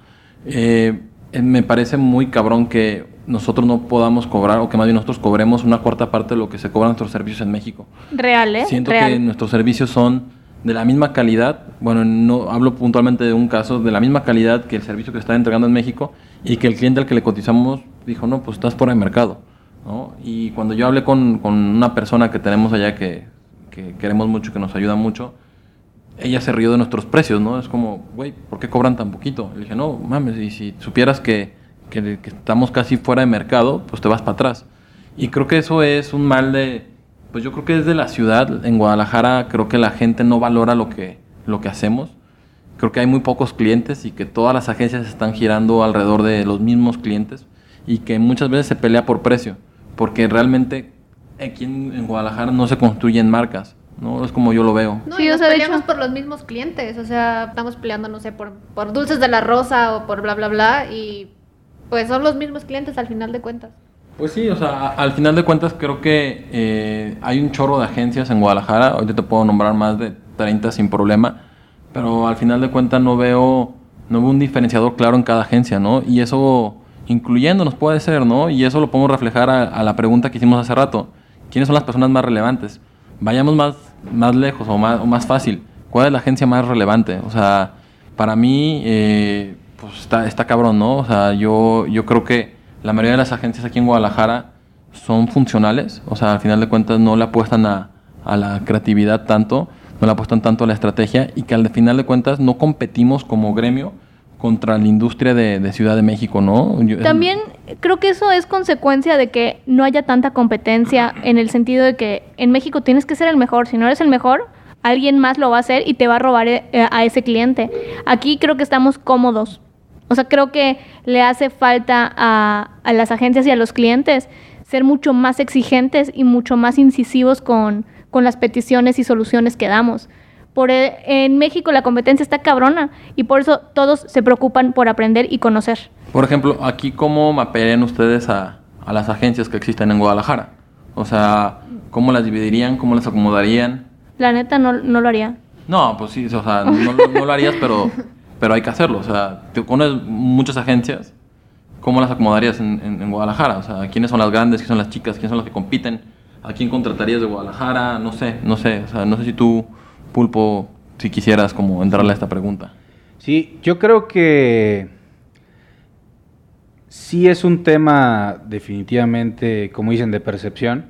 Eh, me parece muy cabrón que nosotros no podamos cobrar, o que más bien nosotros cobremos una cuarta parte de lo que se cobran nuestros servicios en México. Real, ¿eh? Siento Real. que nuestros servicios son de la misma calidad, bueno, no hablo puntualmente de un caso, de la misma calidad que el servicio que está entregando en México, y que el cliente al que le cotizamos dijo, no, pues estás fuera de mercado, ¿no? Y cuando yo hablé con, con una persona que tenemos allá que, que queremos mucho, que nos ayuda mucho, ella se rió de nuestros precios, ¿no? Es como, güey, ¿por qué cobran tan poquito? Le dije, no, mames, y si supieras que, que, que estamos casi fuera de mercado, pues te vas para atrás. Y creo que eso es un mal de, pues yo creo que desde la ciudad, en Guadalajara, creo que la gente no valora lo que, lo que hacemos. Creo que hay muy pocos clientes y que todas las agencias están girando alrededor de los mismos clientes y que muchas veces se pelea por precio, porque realmente aquí en, en Guadalajara no se construyen marcas. No, es como yo lo veo. No, Sí, y o nos sea, de peleamos hecho- por los mismos clientes, o sea, estamos peleando, no sé, por, por Dulces de la Rosa o por bla, bla, bla, y pues son los mismos clientes al final de cuentas. Pues sí, o sea, a- al final de cuentas creo que eh, hay un chorro de agencias en Guadalajara. Ahorita te puedo nombrar más de treinta sin problema, pero al final de cuentas no veo, no veo un diferenciador claro en cada agencia, ¿no? Y eso, incluyéndonos puede ser, ¿no? Y eso lo podemos reflejar a, a la pregunta que hicimos hace rato. ¿Quiénes son las personas más relevantes? Vayamos más, más lejos o más, o más fácil. ¿Cuál es la agencia más relevante? O sea, para mí, eh, pues está, está cabrón, ¿no? O sea, yo, yo creo que la mayoría de las agencias aquí en Guadalajara son funcionales. O sea, al final de cuentas no le apuestan a, a la creatividad tanto, no le apuestan tanto a la estrategia, y que al final de cuentas no competimos como gremio contra la industria de, de Ciudad de México, ¿no? Yo- También creo que eso es consecuencia de que no haya tanta competencia, en el sentido de que en México tienes que ser el mejor. Si no eres el mejor, alguien más lo va a hacer y te va a robar eh, a ese cliente. Aquí creo que estamos cómodos. O sea, creo que le hace falta a, a las agencias y a los clientes ser mucho más exigentes y mucho más incisivos con, con las peticiones y soluciones que damos. Por, e- en México la competencia está cabrona y por eso todos se preocupan por aprender y conocer. Por ejemplo, aquí cómo mapearían ustedes a, a las agencias que existen en Guadalajara. O sea, ¿cómo las dividirían? ¿Cómo las acomodarían? La neta no, no lo haría. No, pues sí, o sea, no, lo- no lo harías, pero, pero hay que hacerlo. O sea, te conoces muchas agencias, ¿cómo las acomodarías en, en, en Guadalajara? O sea, ¿quiénes son las grandes? ¿Quiénes son las chicas? ¿Quiénes son las que compiten? ¿A quién contratarías de Guadalajara? No sé, no sé. O sea, no sé si tú, Pulpo, si quisieras como entrarle a esta pregunta. Sí, yo creo que sí es un tema definitivamente, como dicen, de percepción,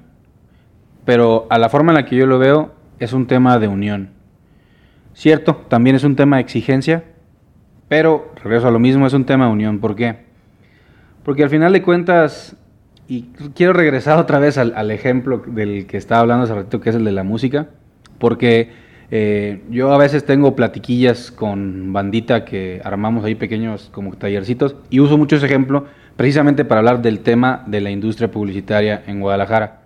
pero a la forma en la que yo lo veo es un tema de unión. Cierto, también es un tema de exigencia, pero regreso a lo mismo, es un tema de unión. ¿Por qué? Porque al final de cuentas, y quiero regresar otra vez al, al ejemplo del que estaba hablando hace ratito, que es el de la música, porque eh, yo a veces tengo platiquillas con bandita que armamos ahí pequeños como tallercitos, y uso mucho ese ejemplo precisamente para hablar del tema de la industria publicitaria en Guadalajara.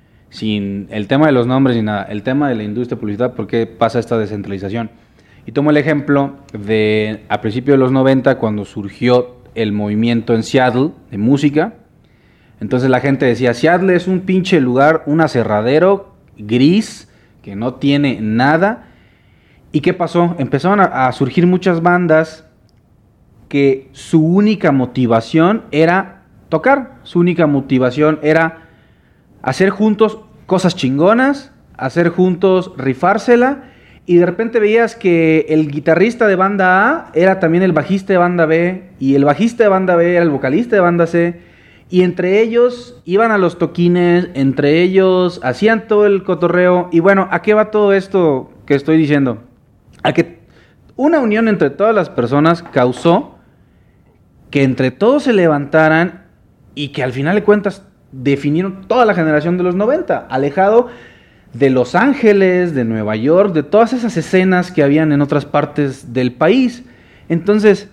Sin el tema de los nombres ni nada, el tema de la industria publicitaria, ¿por qué pasa esta descentralización? Y tomo el ejemplo de a principios de los noventa, cuando surgió el movimiento en Seattle de música. Entonces la gente decía, Seattle es un pinche lugar, un aserradero gris, que no tiene nada. ¿Y qué pasó? Empezaron a, a surgir muchas bandas que su única motivación era tocar, su única motivación era hacer juntos cosas chingonas, hacer juntos rifársela, y de repente veías que el guitarrista de banda A era también el bajista de banda B, y el bajista de banda B era el vocalista de banda C, y entre ellos iban a los toquines, entre ellos hacían todo el cotorreo. Y bueno, ¿a qué va todo esto que estoy diciendo? A que una unión entre todas las personas causó que entre todos se levantaran y que al final de cuentas definieron toda la generación de los noventa, alejado de Los Ángeles, de Nueva York, de todas esas escenas que habían en otras partes del país. Entonces,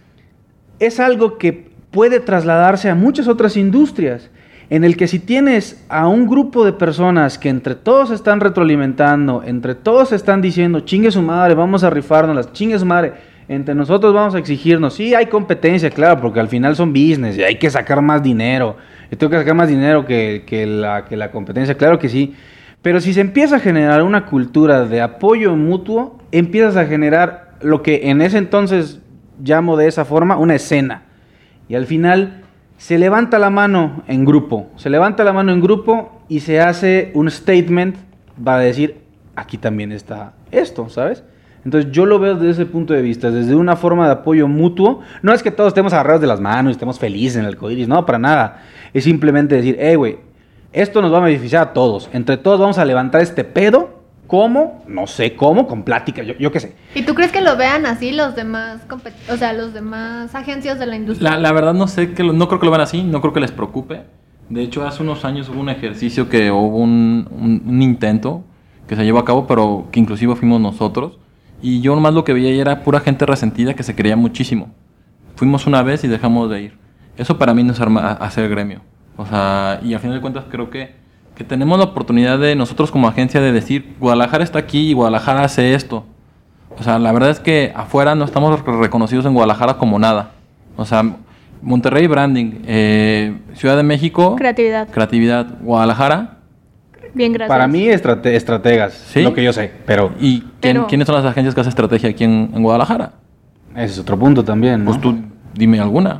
es algo que puede trasladarse a muchas otras industrias, en el que si tienes a un grupo de personas que entre todos están retroalimentando, entre todos están diciendo, chingue su madre, vamos a rifarnos, chingue su madre, entre nosotros vamos a exigirnos. Sí, hay competencia, claro, porque al final son business y hay que sacar más dinero. Yo tengo que sacar más dinero que, que, la, que la competencia, claro que sí. Pero si se empieza a generar una cultura de apoyo mutuo, empiezas a generar lo que en ese entonces llamo de esa forma, una escena. Y al final se levanta la mano en grupo, se levanta la mano en grupo y se hace un statement para decir, aquí también está esto, ¿sabes? Entonces yo lo veo desde ese punto de vista, desde una forma de apoyo mutuo. No es que todos estemos agarrados de las manos y estemos felices en el arcoíris, no, para nada. Es simplemente decir, hey, güey, esto nos va a beneficiar a todos. Entre todos vamos a levantar este pedo. ¿Cómo? No sé cómo, con plática, yo, yo qué sé. ¿Y tú crees que lo vean así los demás, compet- o sea, los demás agencias de la industria? La, la verdad no sé, que lo- no creo que lo vean así, no creo que les preocupe. De hecho, hace unos años hubo un ejercicio que hubo un, un, un intento que se llevó a cabo, pero que inclusive fuimos nosotros. Y yo nomás lo que veía era pura gente resentida que se quería muchísimo. Fuimos una vez y dejamos de ir. Eso para mí no es arma, hacer gremio. O sea, y al final de cuentas creo que, que tenemos la oportunidad de nosotros como agencia de decir, Guadalajara está aquí y Guadalajara hace esto. O sea, la verdad es que afuera no estamos reconocidos en Guadalajara como nada. O sea, Monterrey branding, eh, Ciudad de México Creatividad. creatividad, Guadalajara. Bien, gracias. Para mí, estrate- estrategas, ¿Sí? lo que yo sé, pero ¿Y quién- Pero- quiénes son las agencias que hacen estrategia aquí en, en Guadalajara? ese es otro punto también, ¿no? Pues tú dime alguna.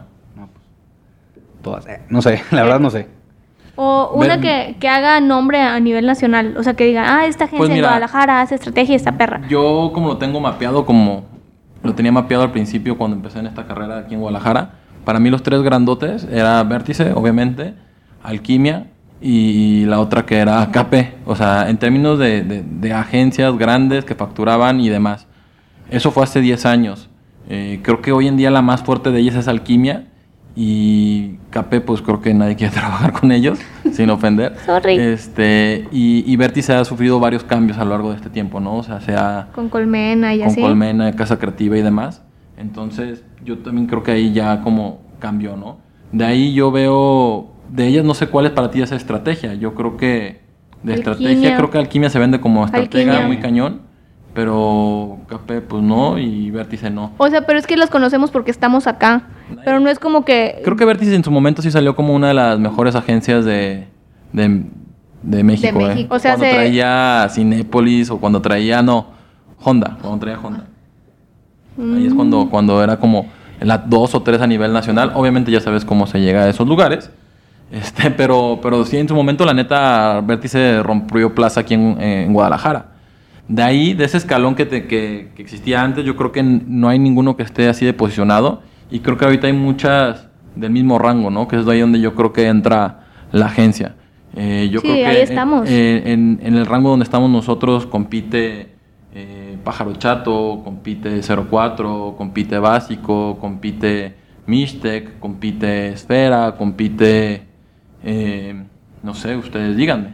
Todas, eh, no sé, la verdad no sé. O una Ven- que, que haga nombre a nivel nacional. O sea, que digan, ah, esta agencia Pues en mira, Guadalajara hace estrategia y esta perra. Yo como lo tengo mapeado, como lo tenía mapeado al principio cuando empecé en esta carrera aquí en Guadalajara, para mí los tres grandotes era Vértice, obviamente, Alquimia y la otra que era K P. O sea, en términos de, de- de agencias grandes que facturaban y demás. Eso fue hace diez años. Eh, creo que hoy en día la más fuerte de ellas es Alquimia. Y K P, pues creo que nadie quiere trabajar con ellos, sin ofender. Sorry. Este, y, y Vértice ha sufrido varios cambios a lo largo de este tiempo, ¿no? O sea, sea Con Colmena y con así. Colmena, Casa Creativa y demás. Entonces, yo también creo que ahí ya como cambió, ¿no? De ahí yo veo, de ellas no sé cuál es para ti esa estrategia. Yo creo que de Alquimia. estrategia, creo que Alquimia se vende como estratega Alquimia. muy cañón, pero K P pues no y Vértice no. O sea, pero es que los conocemos porque estamos acá. Pero no es como que... Creo que Vértice en su momento sí salió como una de las mejores agencias de, de, de México. De ¿eh? México. O sea, cuando se- traía Cinépolis o cuando traía, no, Honda, cuando traía Honda. Ahí es Mm. cuando, cuando era como la dos o tres a nivel nacional. Obviamente ya sabes cómo se llega a esos lugares. Este, pero, pero sí, en su momento, la neta, Vértice rompió plaza aquí en, en Guadalajara. De ahí, de ese escalón que, te, que, que existía antes, yo creo que n- no hay ninguno que esté así de posicionado. Y creo que ahorita hay muchas del mismo rango, ¿no? Que es de ahí donde yo creo que entra la agencia. Eh, yo Sí, creo que ahí estamos. eh, en, en el rango donde estamos nosotros compite eh, Pájaro Chato, compite cero cuatro, compite Básico, compite Mixtec, compite Esfera, compite, eh, no sé, ustedes díganme.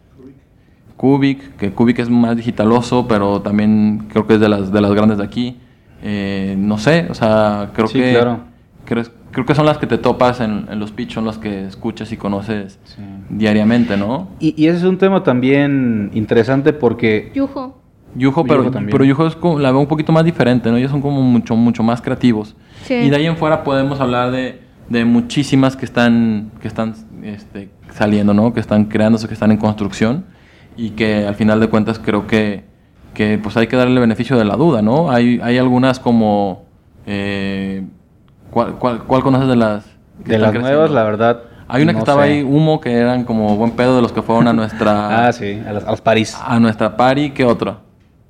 Cubic, que Cubic es más digitaloso, pero también creo que es de las, de las grandes de aquí. Eh, no sé, o sea, creo Sí, que claro. creo, creo que son las que te topas en, en los pitch, son las que escuchas y conoces Sí. diariamente, ¿no? Y, y ese es un tema también interesante porque Yujo. Yujo, pero, Yujo también. pero Yujo es como, la veo un poquito más diferente, ¿no? Ellos son como mucho, mucho más creativos. Sí. Y de ahí en fuera podemos hablar de, de muchísimas que están, que están este, saliendo, ¿no? Que están creándose, que están en construcción y que al final de cuentas creo que, que pues hay que darle el beneficio de la duda, ¿no? Hay, hay algunas como... Eh, ¿cuál, cuál, cuál conoces de las que de están las creciendo? nuevas, la verdad. Hay una que no estaba sé. ahí, Humo, que eran como buen pedo de los que fueron a nuestra... Ah, sí, a las, a las París. A nuestra party, ¿qué otro?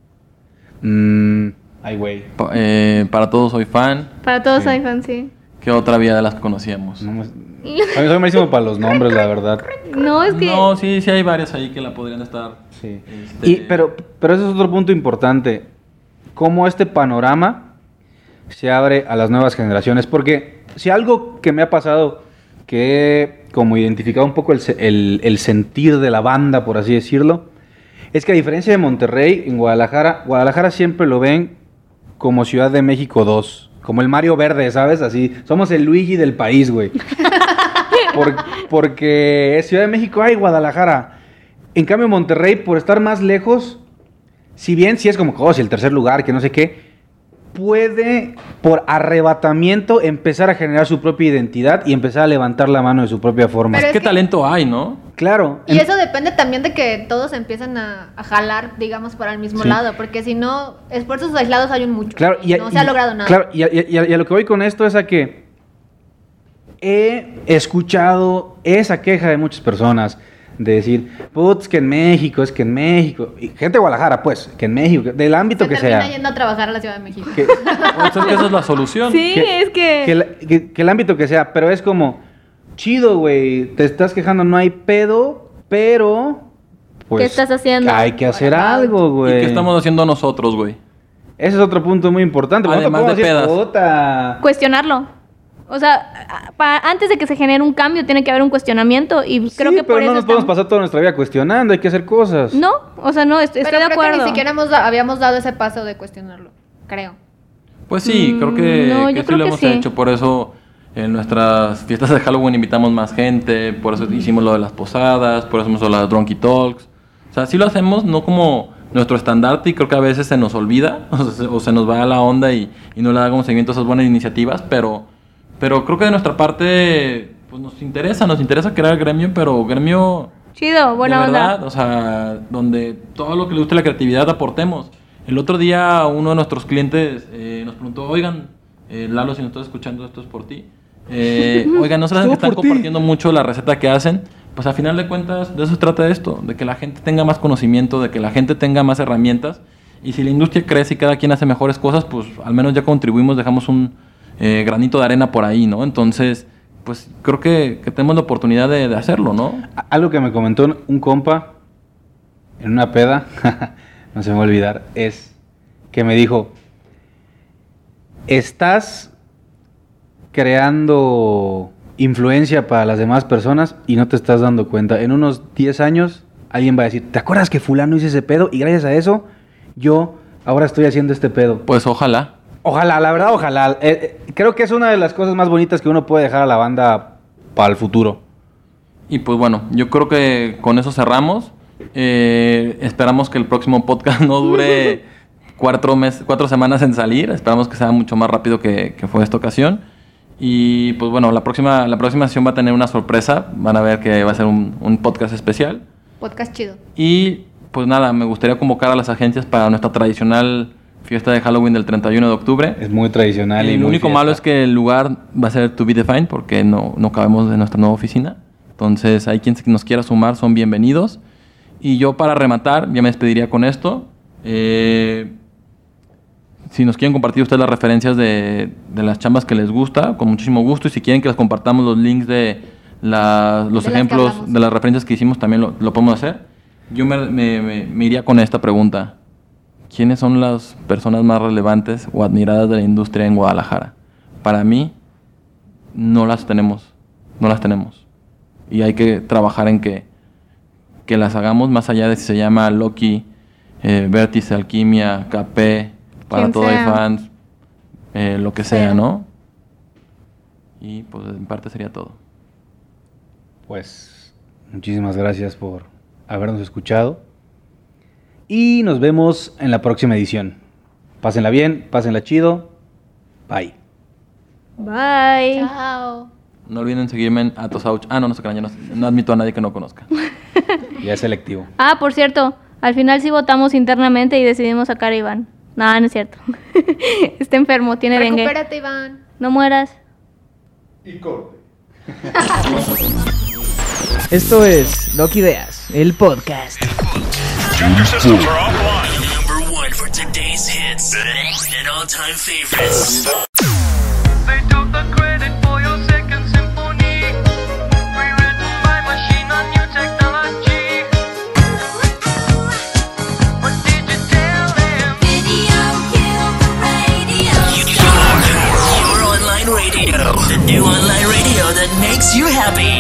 Mm, ay, güey. Pa- eh, para todos soy fan. Para todos Sí. hay fans, sí. ¿Qué otra vía de las que conocíamos? No me- A mí soy malísimo para los nombres, la verdad. No, es que... No, sí, sí hay varias ahí que la podrían estar. Sí. Este- Y, pero, pero ese es otro punto importante. Cómo este panorama se abre a las nuevas generaciones. Porque si algo que me ha pasado, que he como identificado un poco el, se- el- el sentir de la banda, por así decirlo, es que a diferencia de Monterrey, en Guadalajara, Guadalajara siempre lo ven como Ciudad de México dos. Como el Mario Verde, ¿sabes? Así, somos el Luigi del país, güey. Por- porque es Ciudad de México, ay, Guadalajara. En cambio, Monterrey, por estar más lejos, si bien sí es como que, oh, si el tercer lugar, que no sé qué, puede, por arrebatamiento, empezar a generar su propia identidad y empezar a levantar la mano de su propia forma. Pero es ¿Qué que- talento hay, no? Claro. Y eso depende también de que todos empiecen a, a jalar, digamos, para el mismo Sí. lado, porque si no, esfuerzos aislados hay un mucho. Claro, y, no se ha y- logrado nada. Claro, y a, y a- y a lo que voy con esto es a que he escuchado esa queja de muchas personas de decir, putz, que en México, es que en México, y gente de Guadalajara, pues, que en México, que- del ámbito Se que termina sea. yendo a trabajar a la Ciudad de México. Que, Pues es que esa es la solución. Sí, que- es que... que, la- que- que el ámbito que sea, pero es como, chido, güey, te estás quejando, no hay pedo, pero... Pues, ¿Qué estás haciendo? Hay que hacer Para algo, ¿Y güey. qué estamos haciendo nosotros, güey? Ese es otro punto muy importante. porque Además no te de puedo decir, pedas. "Puta". Cuestionarlo. O sea, a- pa- antes de que se genere un cambio, tiene que haber un cuestionamiento y creo Sí, que pero por no eso nos podemos estamos- pasar toda nuestra vida cuestionando, hay que hacer cosas. No, o sea, no, est- estoy Pero de creo acuerdo. que ni siquiera hemos da- habíamos dado ese paso de cuestionarlo, creo. Pues sí, Mm, creo que, no, que yo sí creo lo que hemos sí. hecho. Por eso en nuestras fiestas de Halloween invitamos más gente. Por eso hicimos lo de las posadas. Por eso hicimos lo de las Drunky Talks. O sea, sí lo hacemos, no como nuestro estandarte. Y creo que a veces se nos olvida o se, o se nos va a la onda y, y no le damos seguimiento a esas buenas iniciativas. Pero, pero creo que de nuestra parte pues nos interesa, nos interesa crear gremio. Pero gremio... Chido, buena de verdad, onda. o sea, donde todo lo que le guste la creatividad aportemos. El otro día uno de nuestros clientes eh, nos preguntó, oigan, eh, Lalo, si no estás escuchando esto es por ti. Eh, oigan, ¿no se les Todo que están por ti. compartiendo mucho la receta que hacen? Pues a final de cuentas, de eso se trata esto, de que la gente tenga más conocimiento, de que la gente tenga más herramientas. Y si la industria crece y cada quien hace mejores cosas, pues al menos ya contribuimos, dejamos un eh, granito de arena por ahí, ¿no? Entonces, pues creo que, que tenemos la oportunidad de, de hacerlo, ¿no? A- Algo que me comentó un- un compa en una peda, no se me va a olvidar, es que me dijo, estás creando influencia para las demás personas y no te estás dando cuenta. En unos diez años alguien va a decir, ¿te acuerdas que fulano hizo ese pedo? Y gracias a eso, yo ahora estoy haciendo este pedo. Pues ojalá. Ojalá, la verdad, ojalá. Eh, eh, creo que es una de las cosas más bonitas que uno puede dejar a la banda para el futuro. Y pues bueno, yo creo que con eso cerramos. Eh, esperamos que el próximo podcast no dure cuatro, mes, cuatro semanas en salir. Esperamos que sea mucho más rápido que, que fue esta ocasión. Y pues bueno, la próxima, la próxima sesión va a tener una sorpresa. Van a ver que va a ser un, un podcast especial. Podcast chido. Y pues nada, me gustaría convocar a las agencias para nuestra tradicional fiesta de Halloween del treinta y uno de octubre. Es muy tradicional. y El muy único fiesta. malo es que el lugar va a ser to be defined porque no, no cabemos en nuestra nueva oficina. Entonces, hay quien nos quiera sumar, son bienvenidos. Y yo para rematar, ya me despediría con esto. Eh, si nos quieren compartir ustedes las referencias de, de las chambas que les gusta, con muchísimo gusto. Y si quieren que les compartamos los links de la- los De las que ejemplos hablamos. de las referencias que hicimos, también lo, lo podemos hacer. Yo me, me- me- me iría con esta pregunta. ¿Quiénes son las personas más relevantes o admiradas de la industria en Guadalajara? Para mí, no las tenemos. No las tenemos. Y hay que trabajar en que, que las hagamos más allá de si se llama Loki, eh, Vértice, Alquimia, K P, Para Quien Todo hay sea. fans, eh, lo que sea, Sea. ¿no? Y pues en parte sería todo. Pues muchísimas gracias por habernos escuchado. Y nos vemos en la próxima edición. Pásenla bien, pásenla chido. Bye. Bye. Chao. No olviden seguirme en Atosauch. Ah, no, no se crean, yo no, no admito a nadie que no conozca. Ya es selectivo. Ah, por cierto, al final sí votamos internamente y decidimos sacar a Iván. No, no es cierto. Está enfermo, tiene dengue. Recupérate, Iván. No mueras. Esto es Loki Ideas, el podcast. Number one for today's hits and all-time favorites. They took the credit for your second symphony, rewritten by machine on new technology. What did you tell them? Video killed the radio. Your online radio. The new online radio that makes you happy.